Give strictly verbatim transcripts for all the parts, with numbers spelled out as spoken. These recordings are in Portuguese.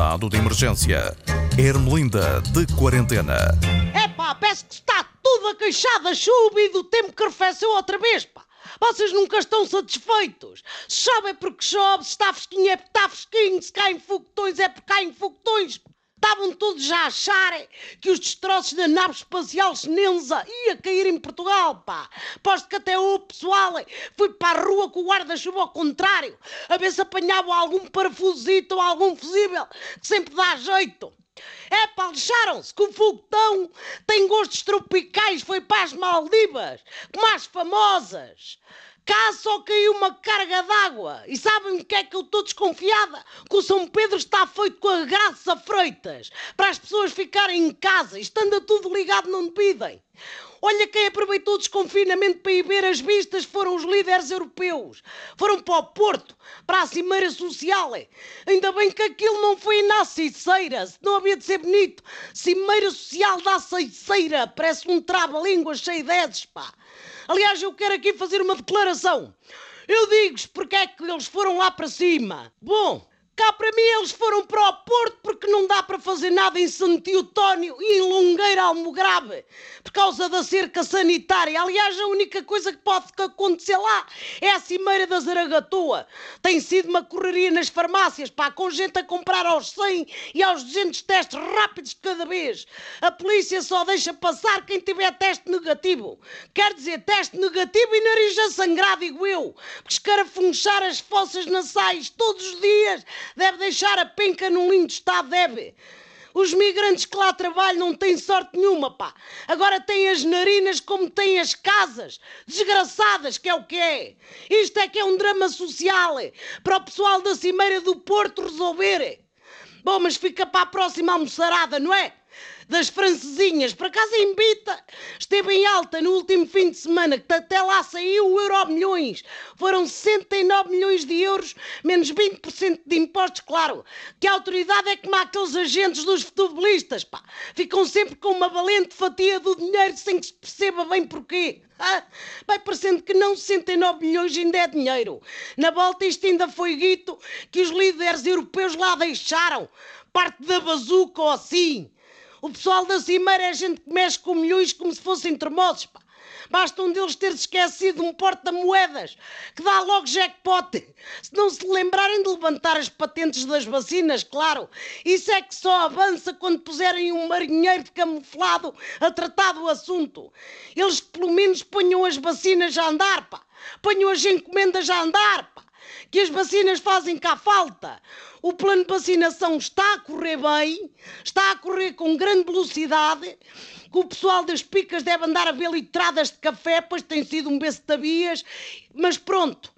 Estado de emergência. Ermelinda de quarentena. Epá, parece que está tudo a queixar da chuva e do tempo que arrefeceu outra vez, pá. Vocês nunca estão satisfeitos. Se chove é porque chove, se está fresquinho é porque está fresquinho, se caem foguetões é porque caem foguetões. Estavam todos já a achar que os destroços da nave espacial chinesa ia cair em Portugal, pá. Posto que até o pessoal foi para a rua com o guarda-chuva ao contrário, a ver se apanhava algum parafusito ou algum fusível, que sempre dá jeito. É pá, acharam-se que o foguetão tem gostos tropicais, foi para as Maldivas, como as famosas. Cá só caiu uma carga d'água. E sabem o que é que eu estou desconfiada? Que o São Pedro está feito com a Graça Freitas, para as pessoas ficarem em casa e estando tudo ligado não dividem. Olha, quem aproveitou o desconfinamento para ir ver as vistas foram os líderes europeus. Foram para o Porto, para a Cimeira Social. Ainda bem que aquilo não foi na Ceiceira, não havia de ser bonito. Cimeira Social da Ceiceira, parece um trava-línguas cheio de eses, pá. Aliás, eu quero aqui fazer uma declaração. Eu digo-vos porque é que eles foram lá para cima. Bom, cá para mim eles foram para o Porto porque não dá para fazer nada em Santo Eutónio e em Longueira Almograve por causa da cerca sanitária. Aliás, a única coisa que pode acontecer lá é a Cimeira da Zaragatoa. Tem sido uma correria nas farmácias, pá, com gente a comprar aos cem e aos duzentos testes rápidos de cada vez. A polícia só deixa passar quem tiver teste negativo. Quer dizer, teste negativo e nariz a sangrar, digo eu. Porque escarafunchar as fossas nasais todos os dias deve deixar a penca num lindo estado, deve. Os migrantes que lá trabalham não têm sorte nenhuma, pá. Agora têm as narinas como têm as casas. Desgraçadas, que é o que é. Isto é que é um drama social, é, para o pessoal da Cimeira do Porto resolver. É. Bom, mas fica para a próxima almoçarada, não é? Das francesinhas, por acaso em Bita esteve em alta no último fim de semana, que até lá saiu o Euro Milhões. Foram sessenta e nove milhões de euros, menos vinte por cento de impostos, claro. Que a autoridade é como aqueles agentes dos futebolistas, pá. Ficam sempre com uma valente fatia do dinheiro sem que se perceba bem porquê. Ah, vai parecendo que não, sessenta e nove milhões ainda é dinheiro. Na volta isto ainda foi guito que os líderes europeus lá deixaram. Parte da bazuca ou assim. O pessoal da Cimeira é gente que mexe com milhões como se fossem termossos, pá. Basta um deles ter esquecido um porta-moedas, que dá logo jackpot. Se não se lembrarem de levantar as patentes das vacinas, claro. Isso é que só avança quando puserem um marinheiro de camuflado a tratar do assunto. Eles que pelo menos ponham as vacinas a andar, pá. Ponham as encomendas a andar, pá. Que as vacinas fazem cá falta. O plano de vacinação está a correr bem, está a correr com grande velocidade, que o pessoal das picas deve andar a ver litradas de café, pois tem sido um besta-bias, mas pronto,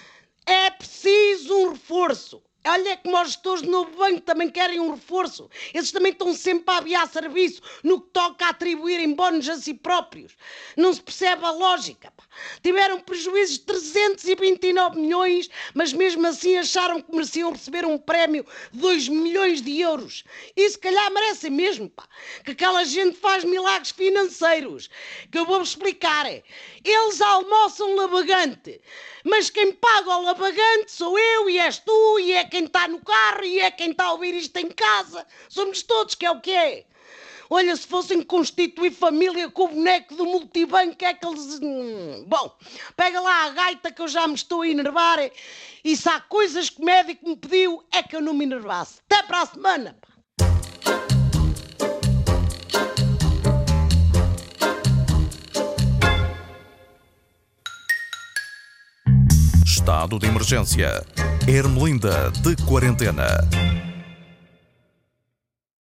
é preciso um reforço. Olha como os gestores do Novo Banco também querem um reforço. Eles também estão sempre a aviar serviço no que toca a atribuírem bónus a si próprios. Não se percebe a lógica, pá. Tiveram prejuízos de trezentos e vinte e nove milhões, mas mesmo assim acharam que mereciam receber um prémio de dois milhões de euros. E se calhar merecem mesmo, pá. Que aquela gente faz milagres financeiros. Que eu vou-vos explicar. É. Eles almoçam labagante, mas quem paga o labagante sou eu e és tu e é quem está no carro e é quem está a ouvir isto em casa. Somos todos, que é o que é. Olha, se fossem constituir família com o boneco do multibanco, é que eles... Hum, bom, pega lá a gaita que eu já me estou a enervar e se há coisas que o médico me pediu é que eu não me enervasse. Até para a semana, pá. Estado de emergência. Ermelinda de quarentena.